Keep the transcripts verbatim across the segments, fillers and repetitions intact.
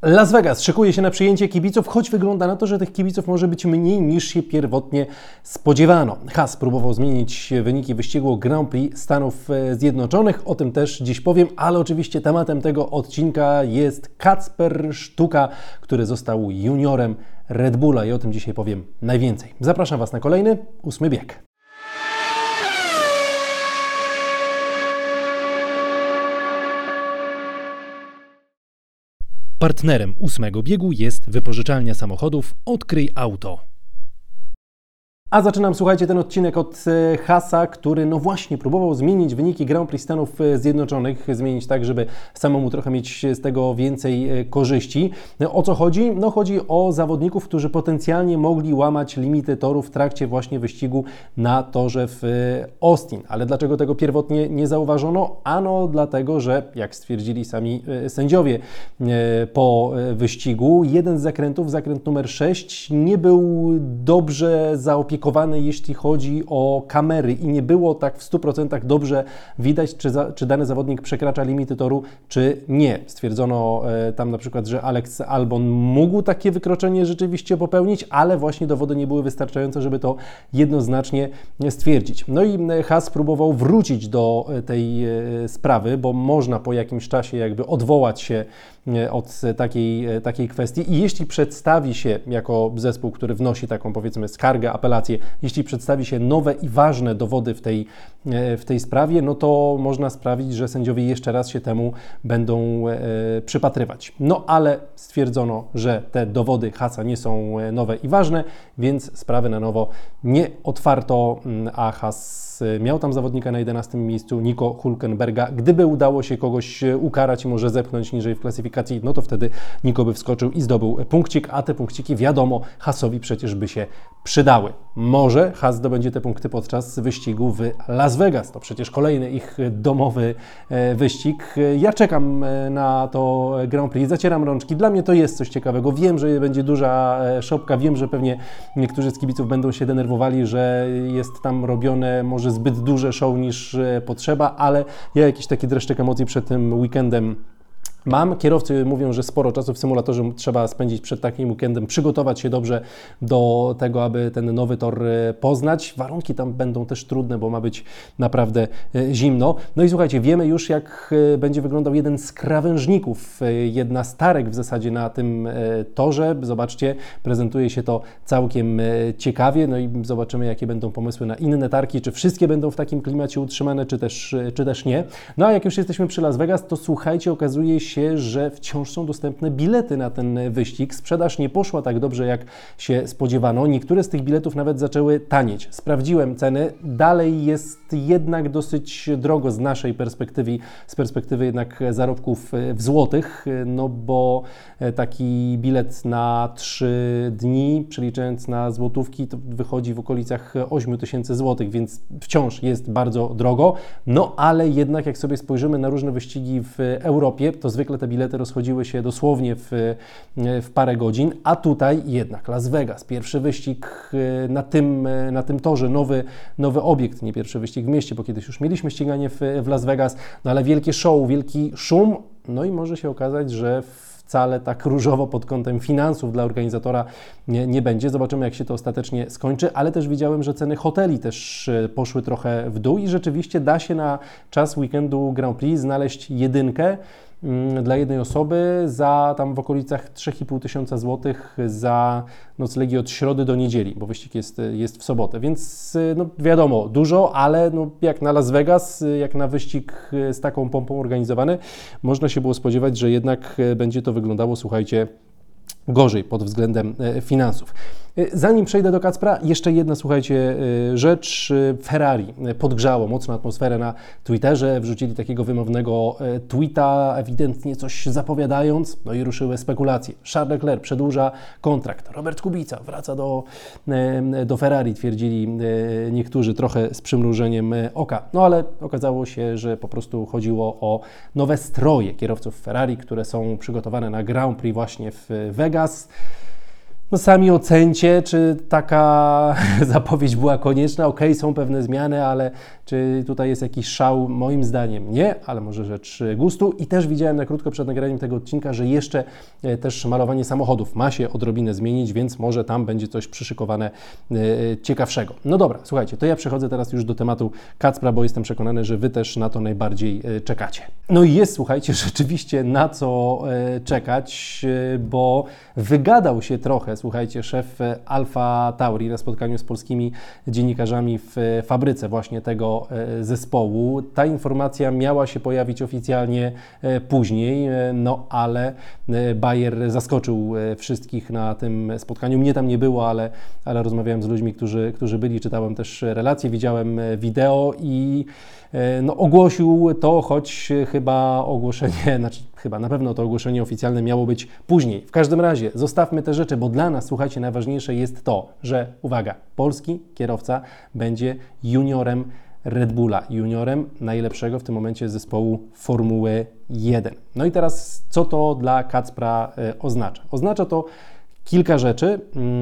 Las Vegas szykuje się na przyjęcie kibiców, choć wygląda na to, że tych kibiców może być mniej niż się pierwotnie spodziewano. Haas próbował zmienić wyniki wyścigu Grand Prix Stanów Zjednoczonych, o tym też dziś powiem, ale oczywiście tematem tego odcinka jest Kacper Sztuka, który został juniorem Red Bulla i o tym dzisiaj powiem najwięcej. Zapraszam Was na kolejny, ósmy bieg. Partnerem ósmego biegu jest wypożyczalnia samochodów Odkryj Auto. A zaczynam, słuchajcie, ten odcinek od Haasa, który no właśnie próbował zmienić wyniki Grand Prix Stanów Zjednoczonych, zmienić tak, żeby samemu trochę mieć z tego więcej korzyści. O co chodzi? No chodzi o zawodników, którzy potencjalnie mogli łamać limity toru w trakcie właśnie wyścigu na torze w Austin. Ale dlaczego tego pierwotnie nie zauważono? Ano dlatego, że jak stwierdzili sami sędziowie po wyścigu, jeden z zakrętów, zakręt numer sześć, nie był dobrze zaopiekowany, jeśli chodzi o kamery i nie było tak w stu procentach dobrze widać, czy, za, czy dany zawodnik przekracza limity toru, czy nie. Stwierdzono e, tam na przykład, że Alex Albon mógł takie wykroczenie rzeczywiście popełnić, ale właśnie dowody nie były wystarczające, żeby to jednoznacznie stwierdzić. No i Haas próbował wrócić do tej e, sprawy, bo można po jakimś czasie jakby odwołać się od takiej, takiej kwestii i jeśli przedstawi się jako zespół, który wnosi taką, powiedzmy, skargę, apelację, jeśli przedstawi się nowe i ważne dowody w tej, w tej sprawie, no to można sprawić, że sędziowie jeszcze raz się temu będą e, przypatrywać. No ale stwierdzono, że te dowody Haasa nie są nowe i ważne, więc sprawy na nowo nie otwarto, a Haas miał tam zawodnika na jedenastym miejscu, Nico Hülkenberga. Gdyby udało się kogoś ukarać i może zepchnąć niżej w klasyfikacji, no to wtedy Nico by wskoczył i zdobył punkcik, a te punkciki, wiadomo, Haasowi przecież by się przydały. Może Haas zdobędzie te punkty podczas wyścigu w Las Vegas. To przecież kolejny ich domowy wyścig. Ja czekam na to Grand Prix, zacieram rączki. Dla mnie to jest coś ciekawego. Wiem, że będzie duża szopka, wiem, że pewnie niektórzy z kibiców będą się denerwowali, że jest tam robione może zbyt duże show niż potrzeba, ale ja jakiś taki dreszczyk emocji przed tym weekendem mam. Kierowcy mówią, że sporo czasu w symulatorze trzeba spędzić przed takim weekendem, przygotować się dobrze do tego, aby ten nowy tor poznać. Warunki tam będą też trudne, bo ma być naprawdę zimno. No i słuchajcie, wiemy już, jak będzie wyglądał jeden z krawężników, jedna z tarek w zasadzie na tym torze. Zobaczcie, prezentuje się to całkiem ciekawie. No i zobaczymy, jakie będą pomysły na inne tarki, czy wszystkie będą w takim klimacie utrzymane, czy też, czy też nie. No a jak już jesteśmy przy Las Vegas, to słuchajcie, okazuje się, że wciąż są dostępne bilety na ten wyścig. Sprzedaż nie poszła tak dobrze, jak się spodziewano. Niektóre z tych biletów nawet zaczęły tanieć. Sprawdziłem ceny. Dalej jest jednak dosyć drogo z naszej perspektywy, z perspektywy jednak zarobków w złotych, no bo taki bilet na trzy dni, przeliczając na złotówki, to wychodzi w okolicach osiem tysięcy złotych, więc wciąż jest bardzo drogo. No ale jednak jak sobie spojrzymy na różne wyścigi w Europie, to zwykle te bilety rozchodziły się dosłownie w, w parę godzin, a tutaj jednak Las Vegas, pierwszy wyścig na tym, na tym torze, nowy, nowy obiekt, nie pierwszy wyścig w mieście, bo kiedyś już mieliśmy ściganie w, w Las Vegas, no ale wielkie show, wielki szum, no i może się okazać, że wcale tak różowo pod kątem finansów dla organizatora nie, nie będzie. Zobaczymy, jak się to ostatecznie skończy, ale też widziałem, że ceny hoteli też poszły trochę w dół i rzeczywiście da się na czas weekendu Grand Prix znaleźć jedynkę dla jednej osoby za tam w okolicach trzy i pół tysiąca złotych za noclegi od środy do niedzieli, bo wyścig jest, jest w sobotę, więc no wiadomo, dużo, ale no jak na Las Vegas, jak na wyścig z taką pompą organizowany, można się było spodziewać, że jednak będzie to wyglądało, słuchajcie, gorzej pod względem finansów. Zanim przejdę do Kacpra, jeszcze jedna, słuchajcie, rzecz. Ferrari podgrzało mocno atmosferę na Twitterze, wrzucili takiego wymownego tweeta, ewidentnie coś zapowiadając, no i ruszyły spekulacje. Charles Leclerc przedłuża kontrakt, Robert Kubica wraca do, do Ferrari, twierdzili niektórzy trochę z przymrużeniem oka. No ale okazało się, że po prostu chodziło o nowe stroje kierowców Ferrari, które są przygotowane na Grand Prix właśnie w Vegas. No sami ocencie, czy taka zapowiedź była konieczna. Okej, okay, są pewne zmiany, ale czy tutaj jest jakiś szał? Moim zdaniem nie, ale może rzecz gustu. I też widziałem na krótko przed nagraniem tego odcinka, że jeszcze też malowanie samochodów ma się odrobinę zmienić, więc może tam będzie coś przyszykowane ciekawszego. No dobra, słuchajcie, to ja przechodzę teraz już do tematu Kacpra, bo jestem przekonany, że Wy też na to najbardziej czekacie. No i jest, słuchajcie, rzeczywiście na co czekać, bo wygadał się trochę, słuchajcie, szef Alfa Tauri na spotkaniu z polskimi dziennikarzami w fabryce właśnie tego zespołu. Ta informacja miała się pojawić oficjalnie później, no ale Bayer zaskoczył wszystkich na tym spotkaniu. Mnie tam nie było, ale, ale rozmawiałem z ludźmi, którzy, którzy byli, czytałem też relacje, widziałem wideo i no, ogłosił to, choć chyba ogłoszenie, znaczy chyba na pewno to ogłoszenie oficjalne miało być później. W każdym razie zostawmy te rzeczy, bo dla nas, słuchajcie, najważniejsze jest to, że, uwaga, polski kierowca będzie juniorem Red Bulla, juniorem najlepszego w tym momencie zespołu Formuły jeden. No i teraz, co to dla Kacpra oznacza? Oznacza to kilka rzeczy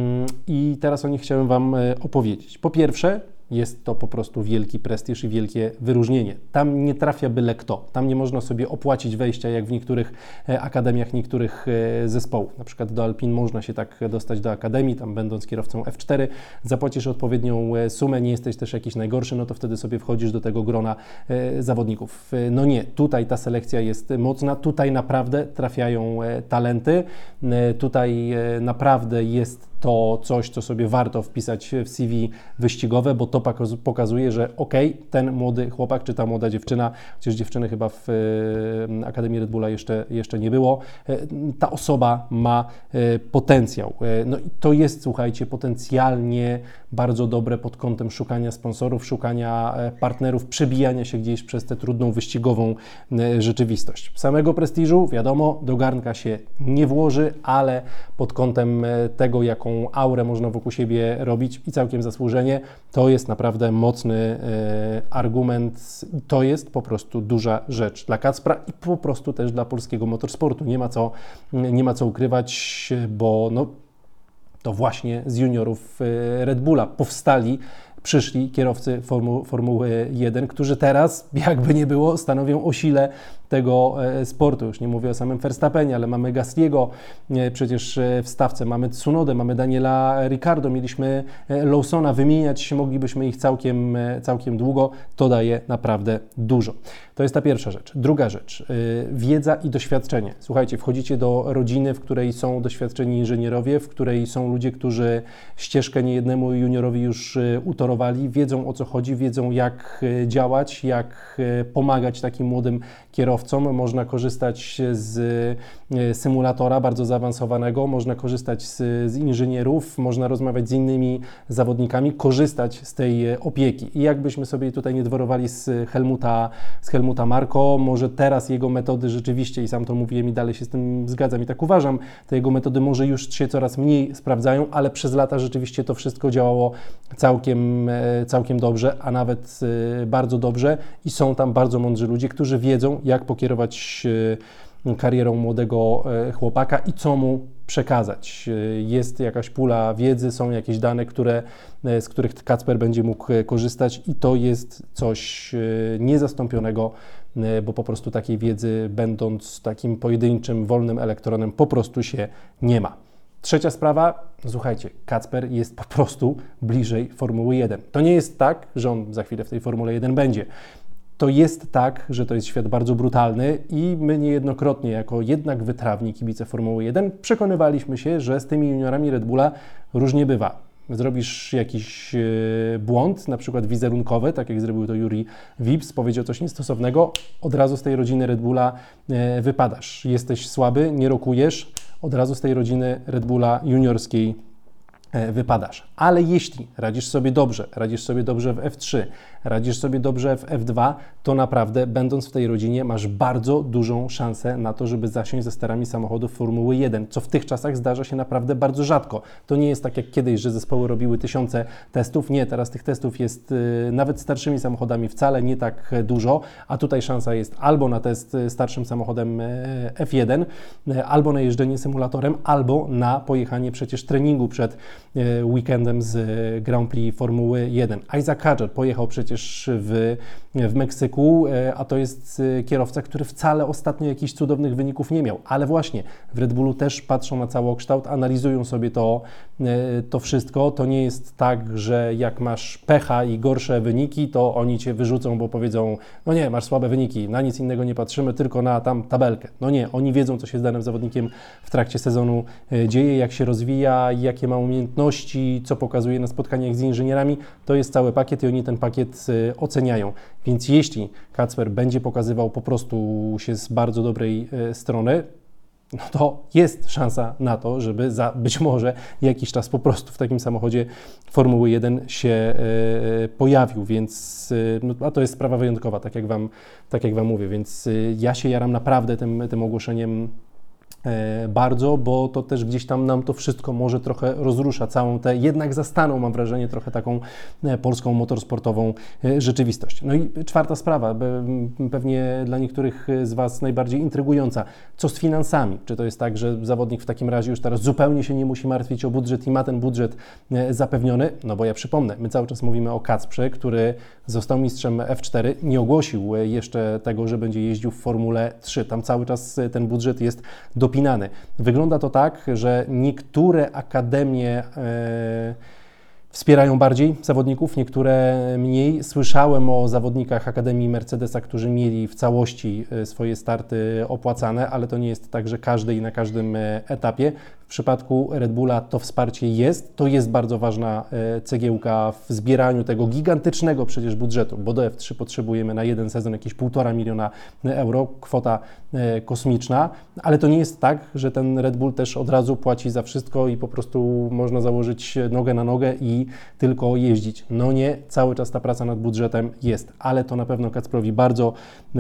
i teraz o nich chciałem Wam opowiedzieć. Po pierwsze, jest to po prostu wielki prestiż i wielkie wyróżnienie. Tam nie trafia byle kto. Tam nie można sobie opłacić wejścia, jak w niektórych akademiach niektórych zespołów. Na przykład do Alpine można się tak dostać do akademii, tam będąc kierowcą F cztery, zapłacisz odpowiednią sumę, nie jesteś też jakiś najgorszy, no to wtedy sobie wchodzisz do tego grona zawodników. No nie, tutaj ta selekcja jest mocna, tutaj naprawdę trafiają talenty, tutaj naprawdę jest to coś, co sobie warto wpisać w C V wyścigowe, bo to pokazuje, że okej, okay, ten młody chłopak, czy ta młoda dziewczyna, chociaż dziewczyny chyba w Akademii Red Bulla jeszcze, jeszcze nie było, ta osoba ma potencjał. No i to jest, słuchajcie, potencjalnie bardzo dobre pod kątem szukania sponsorów, szukania partnerów, przebijania się gdzieś przez tę trudną wyścigową rzeczywistość. Samego prestiżu, wiadomo, do garnka się nie włoży, ale pod kątem tego, jaką aurę można wokół siebie robić i całkiem zasłużenie, to jest naprawdę mocny e, argument. To jest po prostu duża rzecz dla Kacpra i po prostu też dla polskiego motorsportu. Nie ma co, nie ma co ukrywać, bo no, to właśnie z juniorów Red Bulla powstali, przyszli kierowcy Formu, Formuły jeden, którzy teraz, jakby nie było, stanowią o sile tego sportu. Już nie mówię o samym Verstappenie, ale mamy Gasly'ego przecież w stawce, mamy Tsunodę, mamy Daniela Ricciardo, mieliśmy Lawsona, wymieniać moglibyśmy ich całkiem, całkiem długo. To daje naprawdę dużo. To jest ta pierwsza rzecz. Druga rzecz, wiedza i doświadczenie. Słuchajcie, wchodzicie do rodziny, w której są doświadczeni inżynierowie, w której są ludzie, którzy ścieżkę niejednemu juniorowi już utorowali, wiedzą, o co chodzi, wiedzą, jak działać, jak pomagać takim młodym kierowcom. Można korzystać z symulatora bardzo zaawansowanego, można korzystać z, z inżynierów, można rozmawiać z innymi zawodnikami, korzystać z tej opieki. I jakbyśmy sobie tutaj nie dworowali z Helmuta, z Helmuta Marko, może teraz jego metody rzeczywiście, i sam to mówiłem i dalej się z tym zgadzam i tak uważam, te jego metody może już się coraz mniej sprawdzają, ale przez lata rzeczywiście to wszystko działało całkiem, całkiem dobrze, a nawet bardzo dobrze i są tam bardzo mądrzy ludzie, którzy wiedzą, jak pokierować karierą młodego chłopaka i co mu przekazać. Jest jakaś pula wiedzy, są jakieś dane, które, z których Kacper będzie mógł korzystać i to jest coś niezastąpionego, bo po prostu takiej wiedzy, będąc takim pojedynczym, wolnym elektronem, po prostu się nie ma. Trzecia sprawa, słuchajcie, Kacper jest po prostu bliżej Formuły jeden. To nie jest tak, że on za chwilę w tej Formule jeden będzie. To jest tak, że to jest świat bardzo brutalny i my niejednokrotnie jako jednak wytrawni kibice Formuły jeden przekonywaliśmy się, że z tymi juniorami Red Bulla różnie bywa. Zrobisz jakiś błąd, na przykład wizerunkowy, tak jak zrobił to Juri Vips, powiedział coś niestosownego, od razu z tej rodziny Red Bulla wypadasz. Jesteś słaby, nie rokujesz, od razu z tej rodziny Red Bulla juniorskiej wypadasz. Ale jeśli radzisz sobie dobrze, radzisz sobie dobrze w F trzy, radzisz sobie dobrze w F dwa, to naprawdę, będąc w tej rodzinie, masz bardzo dużą szansę na to, żeby zasiąść ze sterami samochodów Formuły jeden, co w tych czasach zdarza się naprawdę bardzo rzadko. To nie jest tak jak kiedyś, że zespoły robiły tysiące testów. Nie, teraz tych testów jest yy, nawet starszymi samochodami wcale nie tak dużo, a tutaj szansa jest albo na test starszym samochodem yy, F jeden, yy, albo na jeżdżenie symulatorem, albo na pojechanie przecież treningu przed yy, weekendem z yy, Grand Prix Formuły jeden. Isaac Hadjar pojechał przecież w, w Meksyku, a to jest kierowca, który wcale ostatnio jakichś cudownych wyników nie miał, ale właśnie w Red Bullu też patrzą na całokształt, analizują sobie to, to wszystko. To nie jest tak, że jak masz pecha i gorsze wyniki, to oni Cię wyrzucą, bo powiedzą, no nie, masz słabe wyniki, na nic innego nie patrzymy, tylko na tam tabelkę. No nie, oni wiedzą, co się z danym zawodnikiem w trakcie sezonu dzieje, jak się rozwija, jakie ma umiejętności, co pokazuje na spotkaniach z inżynierami. To jest cały pakiet i oni ten pakiet oceniają. Więc jeśli Kacper będzie pokazywał po prostu się z bardzo dobrej strony, no to jest szansa na to, żeby za być może jakiś czas po prostu w takim samochodzie Formuły jeden się y, pojawił, więc y, no, a to jest sprawa wyjątkowa, tak jak Wam, tak jak wam mówię, więc y, ja się jaram naprawdę tym, tym ogłoszeniem bardzo, bo to też gdzieś tam nam to wszystko może trochę rozrusza, całą tę jednak zastaną, mam wrażenie, trochę taką polską motorsportową rzeczywistość. No i czwarta sprawa, pewnie dla niektórych z Was najbardziej intrygująca. Co z finansami? Czy to jest tak, że zawodnik w takim razie już teraz zupełnie się nie musi martwić o budżet i ma ten budżet zapewniony? No bo ja przypomnę, my cały czas mówimy o Kacprze, który został mistrzem F cztery, nie ogłosił jeszcze tego, że będzie jeździł w Formule trzy. Tam cały czas ten budżet jest dopinany. Wygląda to tak, że niektóre akademie e, wspierają bardziej zawodników, niektóre mniej. Słyszałem o zawodnikach Akademii Mercedesa, którzy mieli w całości swoje starty opłacane, ale to nie jest tak, że każdy i na każdym etapie. W przypadku Red Bulla to wsparcie jest, to jest bardzo ważna cegiełka w zbieraniu tego gigantycznego przecież budżetu, bo do F trzy potrzebujemy na jeden sezon jakieś półtora miliona euro, kwota kosmiczna, ale to nie jest tak, że ten Red Bull też od razu płaci za wszystko i po prostu można założyć nogę na nogę i tylko jeździć. No nie, cały czas ta praca nad budżetem jest, ale to na pewno Kacprowi bardzo,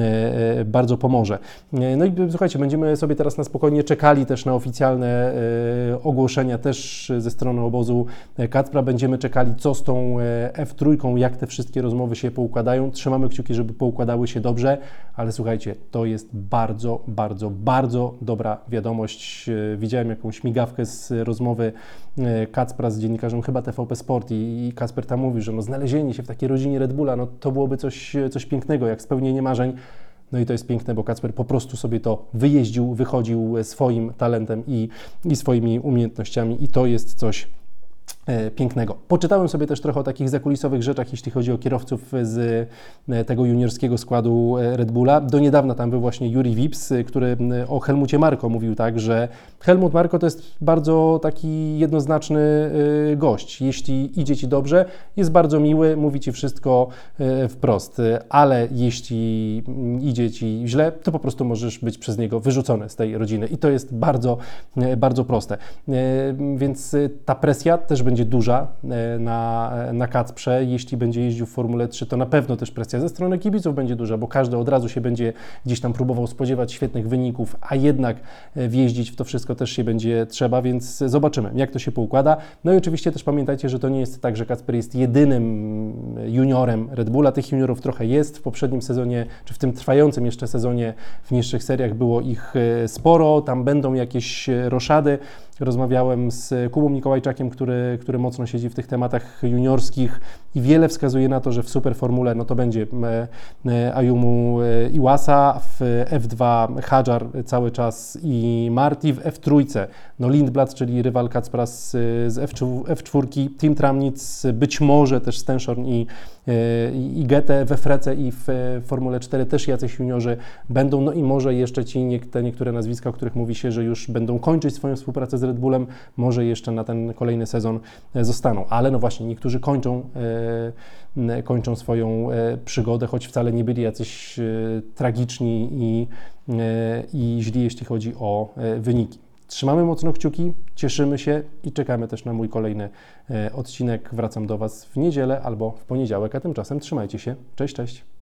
bardzo pomoże. No i słuchajcie, będziemy sobie teraz na spokojnie czekali też na oficjalne ogłoszenia też ze strony obozu Kacpra. Będziemy czekali, co z tą F trzy, jak te wszystkie rozmowy się poukładają. Trzymamy kciuki, żeby poukładały się dobrze, ale słuchajcie, to jest bardzo, bardzo, bardzo dobra wiadomość. Widziałem jakąś migawkę z rozmowy Kacpra z dziennikarzem chyba T V P Sport i Kacper tam mówił, że no znalezienie się w takiej rodzinie Red Bulla, no to byłoby coś, coś pięknego, jak spełnienie marzeń. No i to jest piękne, bo Kacper po prostu sobie to wyjeździł, wychodził swoim talentem i, i swoimi umiejętnościami i to jest coś pięknego. Poczytałem sobie też trochę o takich zakulisowych rzeczach, jeśli chodzi o kierowców z tego juniorskiego składu Red Bulla. Do niedawna tam był właśnie Juri Vips, który o Helmucie Marko mówił tak, że Helmut Marko to jest bardzo taki jednoznaczny gość. Jeśli idzie Ci dobrze, jest bardzo miły, mówi Ci wszystko wprost, ale jeśli idzie Ci źle, to po prostu możesz być przez niego wyrzucony z tej rodziny i to jest bardzo, bardzo proste. Więc ta presja też będzie duża na, na Kacprze. Jeśli będzie jeździł w Formule trzy, to na pewno też presja ze strony kibiców będzie duża, bo każdy od razu się będzie gdzieś tam próbował spodziewać świetnych wyników, a jednak wjeździć w to wszystko też się będzie trzeba, więc zobaczymy, jak to się poukłada. No i oczywiście też pamiętajcie, że to nie jest tak, że Kacper jest jedynym juniorem Red Bulla. Tych juniorów trochę jest. W poprzednim sezonie, czy w tym trwającym jeszcze sezonie w niższych seriach było ich sporo. Tam będą jakieś roszady. Rozmawiałem z Kubą Mikołajczakiem, który, który mocno siedzi w tych tematach juniorskich i wiele wskazuje na to, że w Superformule no to będzie Ayumu Iwasa, w F dwa Hadjar cały czas i Marti, w F trzy no Lindblad, czyli rywal Kacpra z, z F cztery, Tim Tramnitz, być może też Stenshorn i, i Gete, we Frece i w Formule cztery też jacyś juniorzy będą, no i może jeszcze ci nie, te niektóre nazwiska, o których mówi się, że już będą kończyć swoją współpracę z Red Bullem, może jeszcze na ten kolejny sezon zostaną, ale no właśnie niektórzy kończą, e, kończą swoją e, przygodę, choć wcale nie byli jacyś e, tragiczni i, e, i źli, jeśli chodzi o e, wyniki. trzymamy mocno kciuki, cieszymy się i czekamy też na mój kolejny odcinek. Wracam do Was w niedzielę albo w poniedziałek, a tymczasem trzymajcie się. Cześć, cześć.